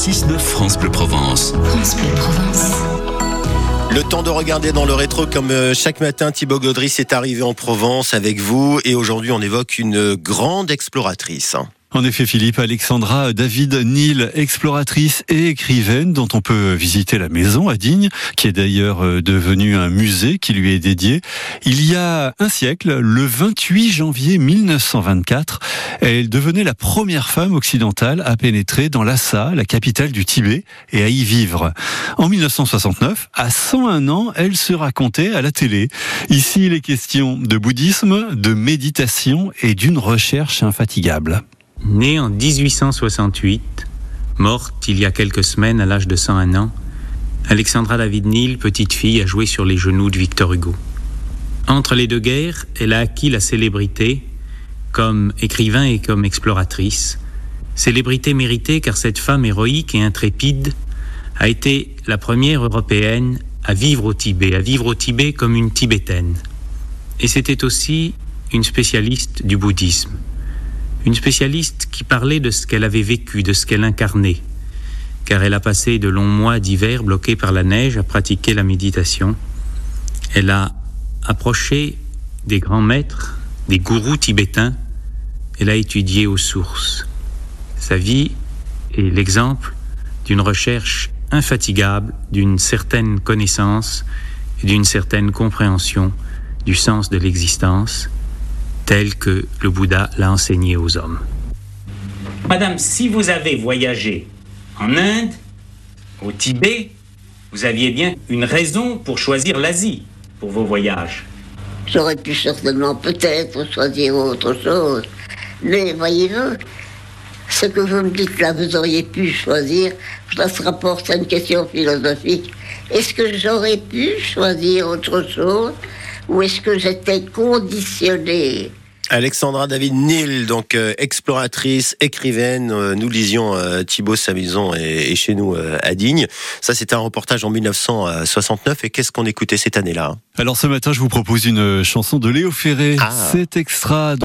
6-9 France Bleu Provence. France Bleu Provence. Le temps de regarder dans le rétro comme chaque matin, Thibaut Gaudry est arrivé en Provence avec vous et aujourd'hui on évoque une grande exploratrice. En effet, Philippe, Alexandra David-Néel, exploratrice et écrivaine dont on peut visiter la maison à Digne, qui est d'ailleurs devenue un musée qui lui est dédié. Il y a un siècle, le 28 janvier 1924, elle devenait la première femme occidentale à pénétrer dans Lhasa, la capitale du Tibet, et à y vivre. En 1969, à 101 ans, elle se racontait à la télé. Ici, il est question de bouddhisme, de méditation et d'une recherche infatigable. Née en 1868, morte il y a quelques semaines à l'âge de 101 ans, Alexandra David-Néel, petite fille, a joué sur les genoux de Victor Hugo. Entre les deux guerres, elle a acquis la célébrité comme écrivain et comme exploratrice. Célébrité méritée car cette femme héroïque et intrépide a été la première européenne à vivre au Tibet comme une Tibétaine. Et c'était aussi une spécialiste du bouddhisme. Une spécialiste qui parlait de ce qu'elle avait vécu, de ce qu'elle incarnait, car elle a passé de longs mois d'hiver bloqués par la neige à pratiquer la méditation. Elle a approché des grands maîtres, des gourous tibétains. Elle a étudié aux sources. Sa vie est l'exemple d'une recherche infatigable, d'une certaine connaissance et d'une certaine compréhension du sens de l'existence, tel que le Bouddha l'a enseigné aux hommes. Madame, si vous avez voyagé en Inde, au Tibet, vous aviez bien une raison pour choisir l'Asie pour vos voyages. J'aurais pu certainement peut-être choisir autre chose, mais voyez-vous, ce que vous me dites là, vous auriez pu choisir, ça se rapporte à une question philosophique. Est-ce que j'aurais pu choisir autre chose ou est-ce que j'étais conditionnée ? Alexandra David-Néel, donc exploratrice, écrivaine. Nous lisions Thibaut, sa maison est chez nous à Digne. Ça, c'était un reportage en 1969. Et qu'est-ce qu'on écoutait cette année-là ? Alors ce matin, je vous propose une chanson de Léo Ferré. Cet extra